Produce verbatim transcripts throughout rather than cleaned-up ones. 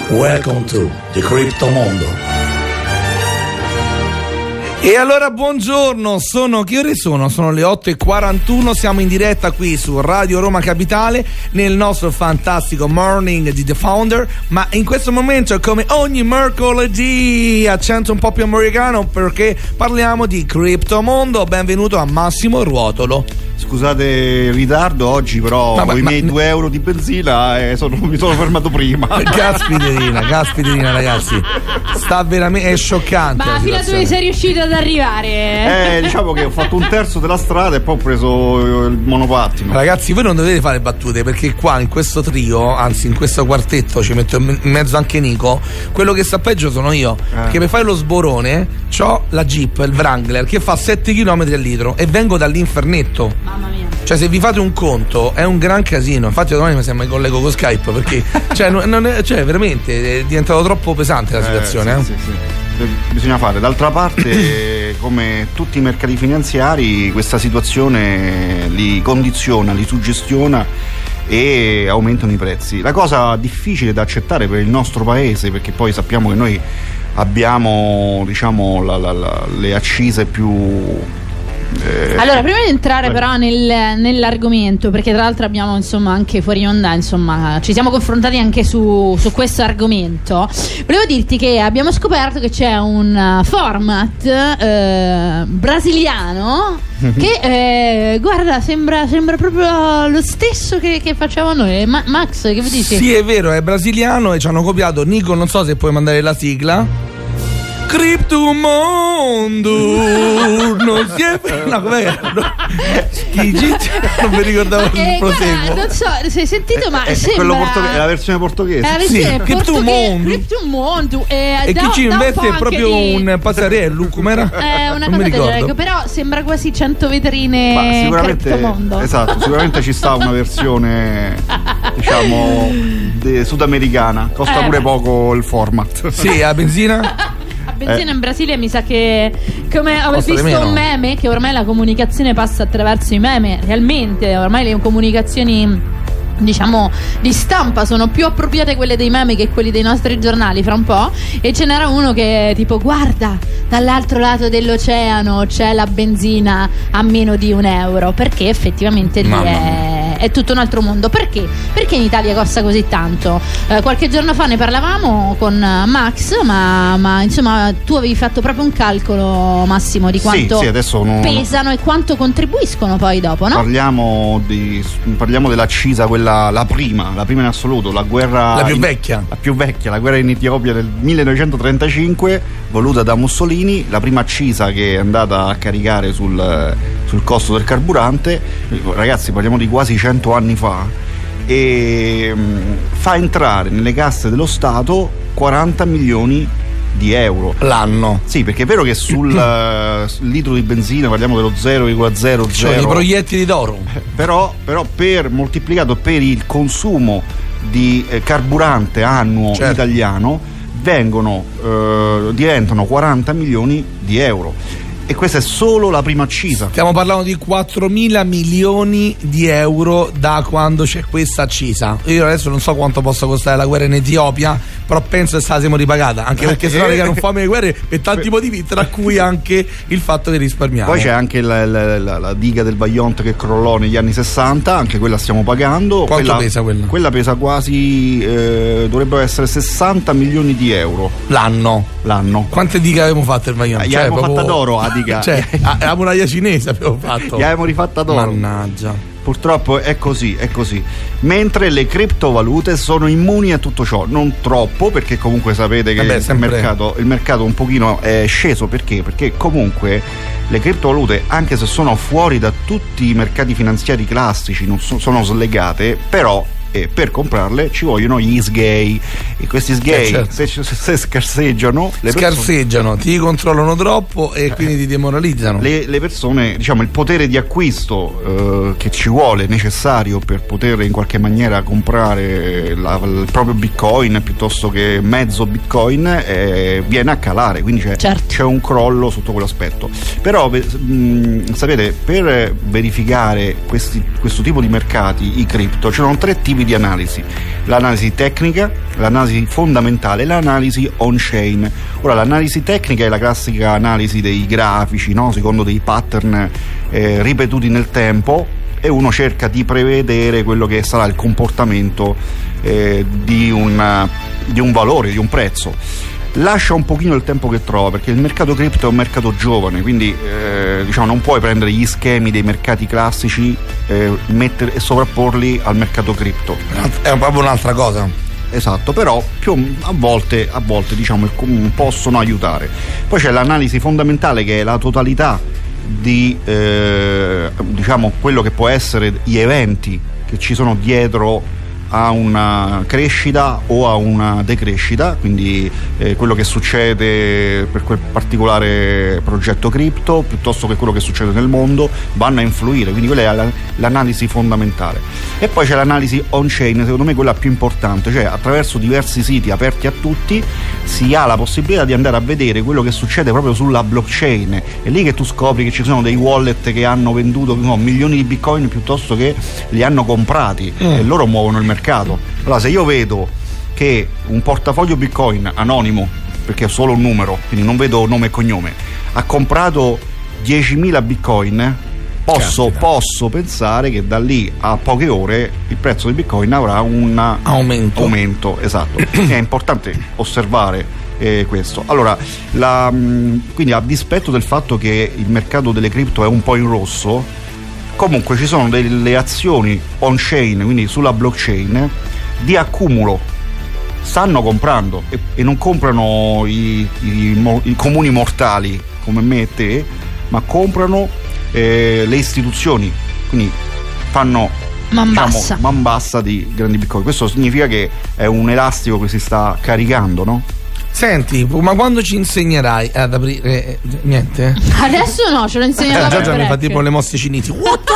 Welcome to the Crypto Mondo. E allora buongiorno, sono che ore sono? Sono le otto e quarantuno, siamo in diretta qui su Radio Roma Capitale nel nostro fantastico Morning di The Founder, ma in questo momento come ogni mercoledì accento un po' più americano perché parliamo di Crypto Mondo. Benvenuto a Massimo Ruotolo. Scusate il ritardo oggi, però Vabbè, con i ma... miei due euro di benzina eh, sono, mi sono fermato prima. Caspiterina, caspiterina ragazzi, sta veramente, è scioccante. Ma fino a dove sei riuscito ad arrivare? Eh, diciamo che ho fatto un terzo della strada e poi ho preso il monopattino. Ragazzi, voi non dovete fare battute perché qua in questo trio, anzi in questo quartetto, ci metto in mezzo anche Nico. Quello che sta peggio sono io, eh. Perché per fare lo sborone c'ho la Jeep, il Wrangler, che fa sette chilometri al litro e vengo dall'infernetto. Mamma mia. Cioè, se vi fate un conto è un gran casino. Infatti domani mi sembra mi collego con Skype perché cioè, non, non è, cioè veramente è diventato troppo pesante la situazione. Eh, eh, sì, sì, sì. Bisogna fare. D'altra parte, come tutti i mercati finanziari, questa situazione li condiziona, li suggestiona e aumentano i prezzi. La cosa difficile da accettare per il nostro paese, perché poi sappiamo che noi abbiamo, diciamo, la, la, la, le accise più Eh, allora, prima di entrare vai. però nel, nell'argomento, perché tra l'altro abbiamo insomma anche fuori onda, insomma ci siamo confrontati anche su, su questo argomento, volevo dirti che abbiamo scoperto che c'è un format eh, brasiliano che eh, guarda sembra, sembra proprio lo stesso che, che facciamo noi. Ma, Max, che vi dici? Sì, è vero, è brasiliano e ci hanno copiato. Nico, non so se puoi mandare la sigla. Crypto Mondo non si è no com'è no. Non mi ricordavo il eh, proseguo. Non so se hai sentito, ma è, sembra... quello portoghese, è la versione portoghese. È la versione sì, Crypto Mondo. Crypto Mondo eh, e da, chi ci investe è proprio di... un passarello, com'era? È una non cosa mi del ricordo. però sembra quasi cento vetrine. Ma sicuramente, Crypto Mondo. esatto, sicuramente ci sta una versione diciamo de, sudamericana, costa eh. pure poco il format. Sì, a benzina? Benzina eh. in Brasile mi sa che, come ho Costa visto un meme, che ormai la comunicazione passa attraverso i meme, realmente ormai le comunicazioni diciamo di stampa sono più appropriate quelle dei meme che quelli dei nostri giornali fra un po', e ce n'era uno che tipo guarda dall'altro lato dell'oceano c'è la benzina a meno di un euro, perché effettivamente lì è, è tutto un altro mondo. Perché? Perché in Italia costa così tanto? Eh, qualche giorno fa ne parlavamo con Max, ma, ma insomma tu avevi fatto proprio un calcolo, Massimo, di quanto sì, sì, adesso non... pesano e quanto contribuiscono poi dopo, no? Parliamo, di, parliamo dell'accisa, quella la prima, la prima in assoluto, la guerra la più in, vecchia la più vecchia, la guerra in Etiopia del millenovecentotrentacinque, voluta da Mussolini, la prima accisa che è andata a caricare sul, sul costo del carburante. Ragazzi, parliamo di quasi cento anni fa, e mh, fa entrare nelle casse dello Stato quaranta milioni di euro l'anno. Sì, perché è vero che sul uh, litro di benzina parliamo dello zero virgola zero zero, cioè i proiettili d'oro, però, però per moltiplicato per il consumo di eh, carburante annuo, certo, italiano, vengono eh, diventano quaranta milioni di euro. E questa è solo la prima accisa. Stiamo parlando di quattromila milioni di euro da quando c'è questa accisa. Io adesso non so quanto possa costare la guerra in Etiopia, però penso che se la siamo ripagata, anche perché sennò raga non fame le guerre per tanti motivi, tra cui anche il fatto che risparmiamo. Poi c'è anche la, la, la, la diga del Vajont che crollò negli anni sessanta, anche quella stiamo pagando. Quanto quella, pesa quella? Quella pesa quasi eh, dovrebbero essere sessanta milioni di euro l'anno. L'anno. Quante dighe avevamo fatto il Vajont? Gli cioè, abbiamo proprio... fatta d'oro a diga. Cioè, la muraglia cinese abbiamo fatto. Gli abbiamo rifatta d'oro. Mannaggia. Purtroppo è così, è così. Mentre le criptovalute sono immuni a tutto ciò, non troppo, perché comunque sapete che Vabbè, il, mercato, il mercato un pochino è sceso. Perché? Perché comunque le criptovalute, anche se sono fuori da tutti i mercati finanziari classici, non so, sono slegate, però e per comprarle ci vogliono gli sgay, e questi sgay, eh, certo, se, se scarseggiano le scarseggiano, persone, ti controllano troppo e quindi ti demoralizzano. Le, le persone, diciamo, il potere di acquisto eh, che ci vuole, necessario per poter in qualche maniera comprare la, il proprio bitcoin piuttosto che mezzo bitcoin, eh, viene a calare, quindi c'è, certo, c'è un crollo sotto quell'aspetto. Però mh, sapete, per verificare questi, questo tipo di mercati, i cripto, ci sono tre tipi tipi di analisi: l'analisi tecnica, l'analisi fondamentale e l'analisi on-chain. Ora, l'analisi tecnica è la classica analisi dei grafici, no? Secondo dei pattern eh, ripetuti nel tempo, e uno cerca di prevedere quello che sarà il comportamento eh, di, una, di un valore, di un prezzo. Lascia un pochino il tempo che trova, perché il mercato cripto è un mercato giovane, quindi eh, diciamo non puoi prendere gli schemi dei mercati classici eh, mettere, e sovrapporli al mercato cripto. È proprio un'altra cosa. Esatto, però più a volte, a volte diciamo possono aiutare. Poi c'è l'analisi fondamentale, che è la totalità di eh, diciamo quello che può essere gli eventi che ci sono dietro a una crescita o a una decrescita, quindi eh, quello che succede per quel particolare progetto cripto piuttosto che quello che succede nel mondo vanno a influire, quindi quella è la, l'analisi fondamentale. E poi c'è l'analisi on-chain, secondo me quella più importante, cioè attraverso diversi siti aperti a tutti si ha la possibilità di andare a vedere quello che succede proprio sulla blockchain. È lì che tu scopri che ci sono dei wallet che hanno venduto no, milioni di bitcoin piuttosto che li hanno comprati mm. e loro muovono il mercato. Allora, se io vedo che un portafoglio bitcoin anonimo, perché è solo un numero, quindi non vedo nome e cognome, ha comprato diecimila bitcoin, posso, posso pensare che da lì a poche ore il prezzo del bitcoin avrà un aumento, aumento esatto. È importante osservare eh, questo. Allora, la, quindi a dispetto del fatto che il mercato delle cripto è un po' in rosso, comunque ci sono delle azioni on-chain, quindi sulla blockchain, di accumulo. Stanno comprando e, e non comprano i, i, i comuni mortali come me e te, ma comprano eh, le istituzioni, quindi fanno man bassa. Diciamo, man bassa di grandi bitcoin. Questo significa che è un elastico che si sta caricando, no? Senti, ma quando ci insegnerai ad aprire eh, niente? Adesso no, ce lo insegnerò. Eh, Giorgia mi fa tipo le mosse cinesi. What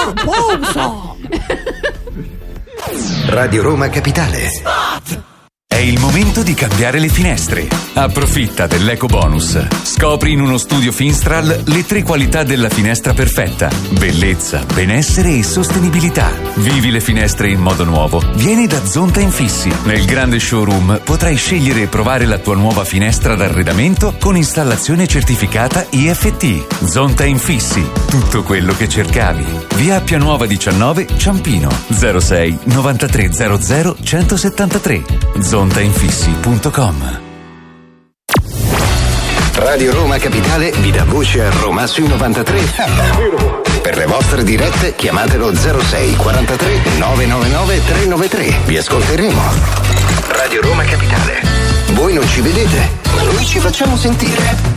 Radio Roma Capitale. È il momento di cambiare le finestre. Approfitta dell'eco bonus. Scopri in uno studio Finstral le tre qualità della finestra perfetta: bellezza, benessere e sostenibilità. Vivi le finestre in modo nuovo. Vieni da Zonta Infissi. Nel grande showroom potrai scegliere e provare la tua nuova finestra d'arredamento con installazione certificata I F T. Zonta Infissi. Tutto quello che cercavi. Via Appia Nuova diciannove, Ciampino. zero sei novantatré zero zero centosettantatré. zonta infissi punto com. Radio Roma Capitale vi dà voce a Roma sui novantatré. Per le vostre dirette chiamatelo zero sei quarantatré novecentonovantanove trecentonovantatré. Vi ascolteremo. Radio Roma Capitale. Voi non ci vedete, ma noi ci facciamo sentire.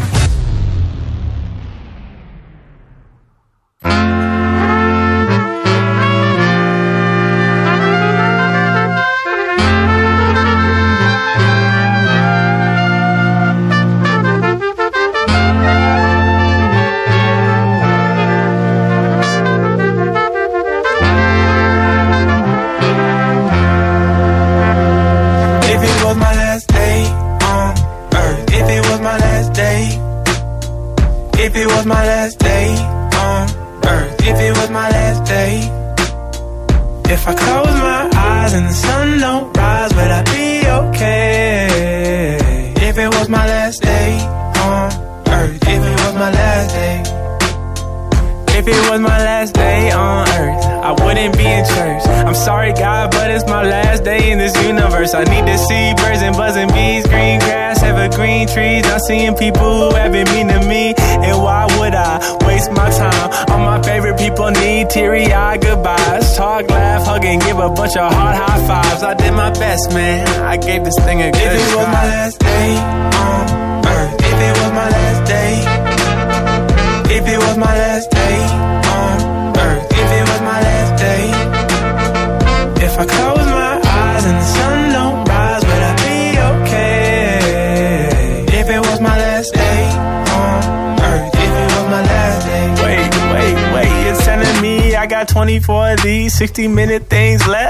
Seeing people who haven't mean to me, and why would I waste my time? All my favorite people need teary-eyed goodbyes. Talk, laugh, hug, and give a bunch of hard high fives. I did my best, man. I gave this thing a good shot. If it was my last day on earth, if it was my last day, if it was my last day on earth, if it was my last day, if I close my eyes and the sun don't rise, would I be okay? If it was my last day on earth, if it was my last day. Wait, wait, wait, you're telling me I got twenty-four of these sixty minute things left?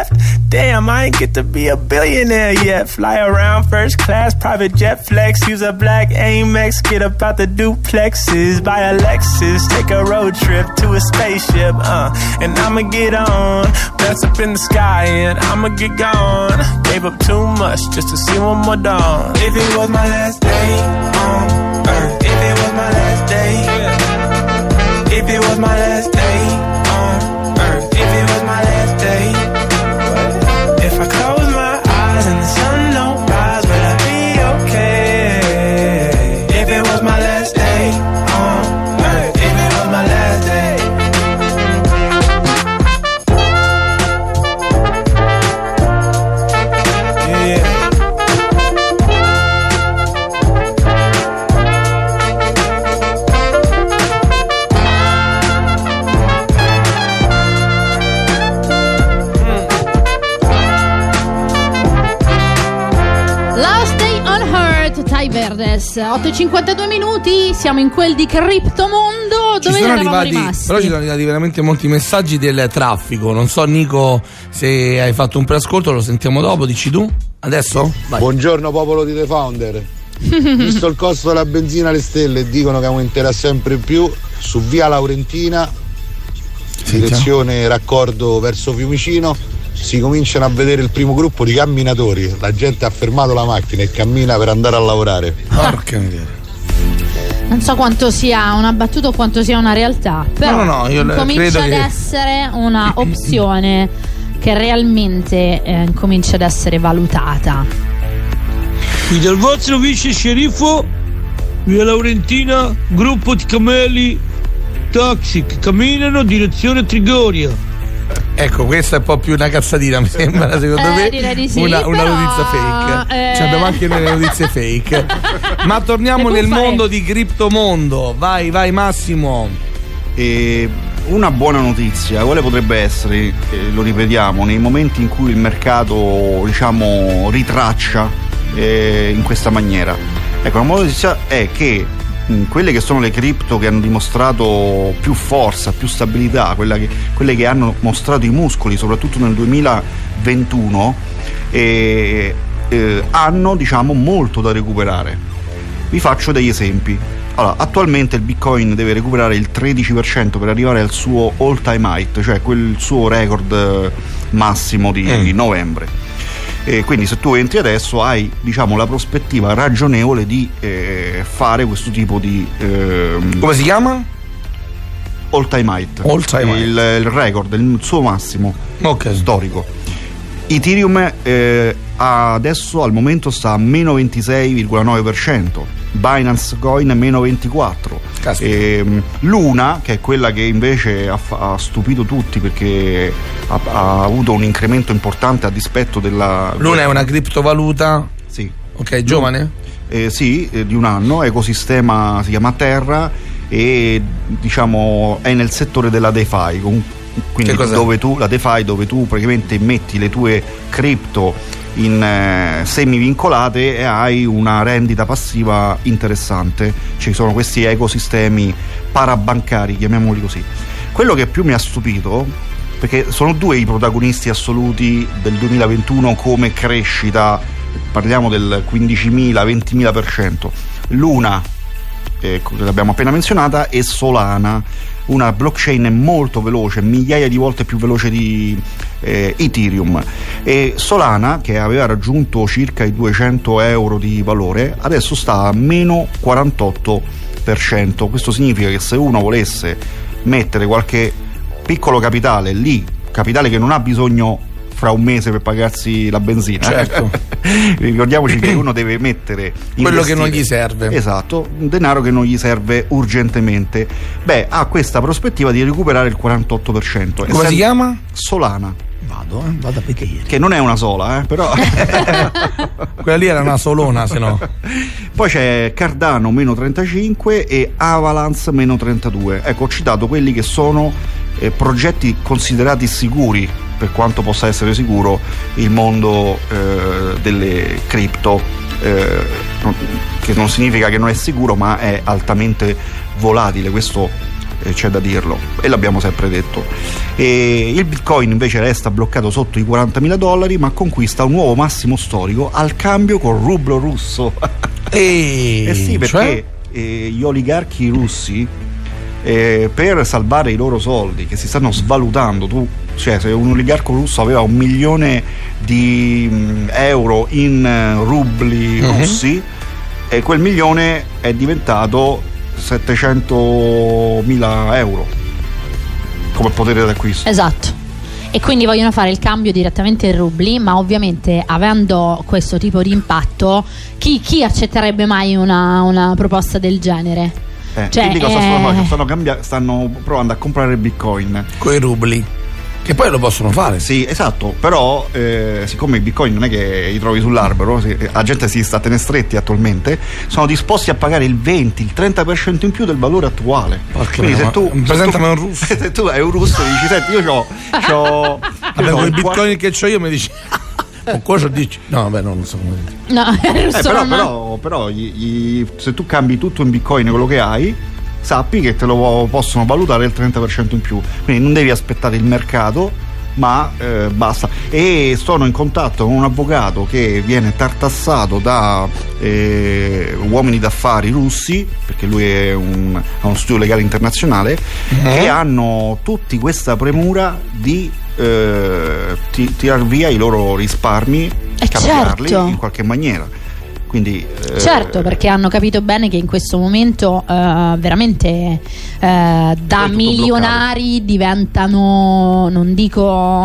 Damn, I ain't get to be a billionaire yet. Fly around first class, private jet flex. Use a black Amex, get up out the duplexes. Buy a Lexus, take a road trip to a spaceship. Uh, and I'ma get on, bounce up in the sky and I'ma get gone. Gave up too much just to see one more dawn. If it was my last day on earth, if it was my last day, if it was my last day on earth, if it was my last day. If I close my eyes and the sun don't rise, will I be okay? If it was my last day on earth, if it was my last day. Yeah. Ty Verdes, otto e cinquantadue minuti, siamo in quel di Criptomondo. Dove eravamo arrivati, rimasti? Però ci sono arrivati veramente molti messaggi del traffico. Non so, Nico, se hai fatto un preascolto, lo sentiamo dopo, dici tu? Adesso? Vai. Buongiorno popolo di The Founder. Visto il costo della benzina alle stelle, dicono che aumenterà sempre più. Su via Laurentina, direzione raccordo verso Fiumicino, si cominciano a vedere il primo gruppo di camminatori. La gente ha fermato la macchina e cammina per andare a lavorare. Porca miseria. Non so quanto sia una battuta o quanto sia una realtà, però no, no, no, io comincia ad che... essere una opzione che realmente eh, comincia ad essere valutata. Qui dal vostro vice sceriffo, via Laurentina, gruppo di cameli taxi che camminano direzione Trigoria. Ecco, questa è un po' più una cazzatina, mi sembra, secondo eh, me. Direi di sì, una, una però, notizia fake. Eh... Cioè, abbiamo anche noi le notizie fake. Ma torniamo nel mondo di Criptomondo. Vai, vai Massimo. E una buona notizia, quale potrebbe essere, eh, lo ripetiamo, nei momenti in cui il mercato, diciamo, ritraccia eh, in questa maniera. Ecco, una buona notizia è che quelle che sono le cripto che hanno dimostrato più forza, più stabilità, quella che, quelle che hanno mostrato i muscoli, soprattutto nel duemilaventuno, eh, eh, hanno, diciamo, molto da recuperare. Vi faccio degli esempi. Allora, attualmente il Bitcoin deve recuperare il tredici per cento per arrivare al suo all time high, cioè quel suo record massimo di, mm. di novembre. E quindi se tu entri adesso hai, diciamo, la prospettiva ragionevole di eh, fare questo tipo di eh, come si chiama? All time high, all time il, il record, il suo massimo okay. storico. Ethereum eh, adesso al momento sta a meno ventisei virgola nove per cento, Binance Coin meno ventiquattro per cento. E Luna, che è quella che invece ha, ha stupito tutti perché ha, ha avuto un incremento importante a dispetto della... Luna è una criptovaluta? Sì. Ok, giovane? Eh, sì, eh, di un anno, ecosistema si chiama Terra e, diciamo, è nel settore della DeFi, quindi dove tu, la DeFi, dove tu praticamente metti le tue cripto in eh, semi vincolate e hai una rendita passiva interessante. Ci sono questi ecosistemi parabancari, chiamiamoli così. Quello che più mi ha stupito, perché sono due i protagonisti assoluti del duemilaventuno come crescita, parliamo del quindicimila ventimila per cento, Luna, eh, l'abbiamo appena menzionata, e Solana, una blockchain molto veloce, migliaia di volte più veloce di eh, Ethereum. E Solana, che aveva raggiunto circa i duecento euro di valore, adesso sta a meno quarantotto per cento. Questo significa che se uno volesse mettere qualche piccolo capitale lì, capitale che non ha bisogno fra un mese per pagarsi la benzina, certo. Ricordiamoci che uno deve mettere quello che non gli serve, esatto, un denaro che non gli serve urgentemente. Beh, ha questa prospettiva di recuperare il quarantotto per cento. Come si chiama? Solana. Vado, eh, vado a vedere. Che non è una sola, eh, però quella lì era una solona, se no. Poi c'è Cardano meno trentacinque e Avalanche meno trentadue. Ecco, ho citato quelli che sono eh, progetti considerati sicuri, per quanto possa essere sicuro il mondo eh, delle cripto, eh, che non significa che non è sicuro, ma è altamente volatile. Questo eh, c'è da dirlo, e l'abbiamo sempre detto. E il Bitcoin invece resta bloccato sotto i quarantamila dollari, ma conquista un nuovo massimo storico al cambio col rublo russo. E eh sì, perché cioè? eh, gli oligarchi russi, eh, per salvare i loro soldi che si stanno svalutando, tu, cioè se un oligarco russo aveva un milione di mh, euro in uh, rubli uh-huh. russi, e quel milione è diventato settecentomila euro come potere d'acquisto. Esatto. E quindi vogliono fare il cambio direttamente in rubli, ma ovviamente avendo questo tipo di impatto, chi, chi accetterebbe mai una, una proposta del genere? Eh, cioè, quindi cosa eh... stanno facendo? Stanno, cambia- stanno provando a comprare Bitcoin con i rubli, che poi lo possono fare. Sì, esatto, però eh, siccome i Bitcoin non è che li trovi sull'albero, si, la gente si sta tenendo stretti attualmente, sono disposti a pagare il venti, il trenta per cento in più del valore attuale. Porca Quindi mia, se tu, presentami se un tu, russo. se tu hai un russo e dici senti io c'ho, c'ho vabbè, con i Bitcoin che c'ho io mi dici o cosa dici? No, vabbè, no, non so come dire. No, eh, però, però, però gli, gli, se tu cambi tutto in Bitcoin quello che hai, sappi che te lo possono valutare il trenta per cento in più, quindi non devi aspettare il mercato, ma eh, basta. E sono in contatto con un avvocato che viene tartassato da eh, uomini d'affari russi, perché lui è un, ha uno studio legale internazionale, mm-hmm. che hanno tutti questa premura di eh, ti, tirar via i loro risparmi, eh cambiarli certo. in qualche maniera. Quindi, eh, certo, perché hanno capito bene che in questo momento uh, veramente uh, da milionari bloccato. Diventano, non dico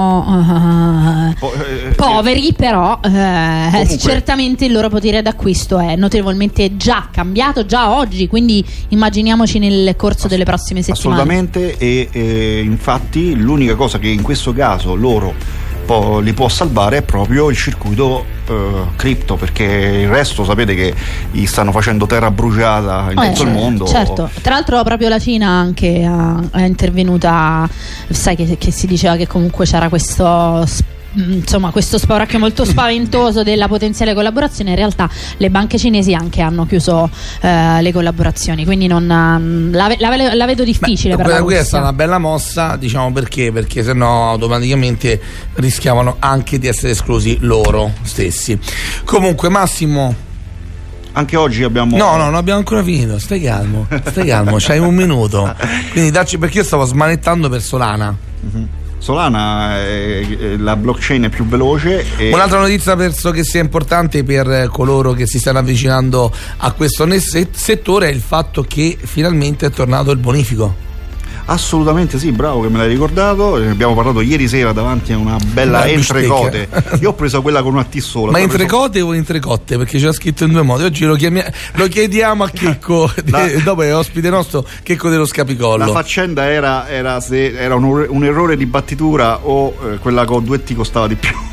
uh, po- eh, poveri, eh, però uh, certamente il loro potere d'acquisto è notevolmente già cambiato, già oggi, quindi immaginiamoci nel corso ass- delle prossime settimane. Assolutamente, e eh, infatti l'unica cosa che in questo caso loro po- li può salvare è proprio il circuito Uh, cripto, perché il resto sapete che gli stanno facendo terra bruciata in eh, tutto il mondo. Certo, tra l'altro proprio la Cina anche è intervenuta, sai che, che si diceva che comunque c'era questo insomma questo spauracchio molto spaventoso della potenziale collaborazione. In realtà le banche cinesi anche hanno chiuso eh, le collaborazioni, quindi non la, la, la vedo difficile. Beh, per quella questa è una bella mossa, diciamo, perché perché sennò automaticamente rischiavano anche di essere esclusi loro stessi. Comunque Massimo, anche oggi abbiamo no no non abbiamo ancora finito, stai calmo stai calmo c'hai un minuto, quindi dacci, perché io stavo smanettando per Solana. Mm-hmm. Solana è la blockchain più veloce. E un'altra notizia penso che sia importante per coloro che si stanno avvicinando a questo settore è il fatto che finalmente è tornato il bonifico. Assolutamente sì, bravo che me l'hai ricordato. Ne abbiamo parlato ieri sera davanti a una bella una entrecote. Io ho preso quella con una T sola. Ma entrecote preso... o entrecotte? Perché c'era scritto in due modi. Oggi lo, chiamia... lo chiediamo a Checco, la... dopo è ospite nostro, Checco dello Scapicollo. La faccenda era, era se era un, un errore di battitura o eh, quella con due T costava di più.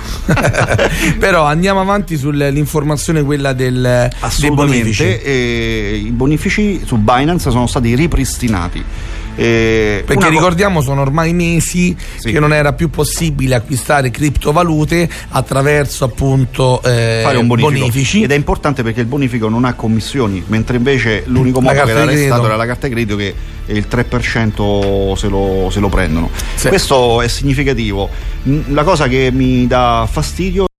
Però andiamo avanti sull'informazione, quella del dei bonifici. Eh, i bonifici su Binance sono stati ripristinati. Eh, perché ricordiamo sono ormai mesi sì. che non era più possibile acquistare criptovalute attraverso appunto eh, fare un bonifico. bonifici, ed è importante perché il bonifico non ha commissioni, mentre invece l'unico modo che era restato era la carta di credito, che il tre per cento se lo, se lo prendono. Sì. Questo è significativo. La cosa che mi dà fastidio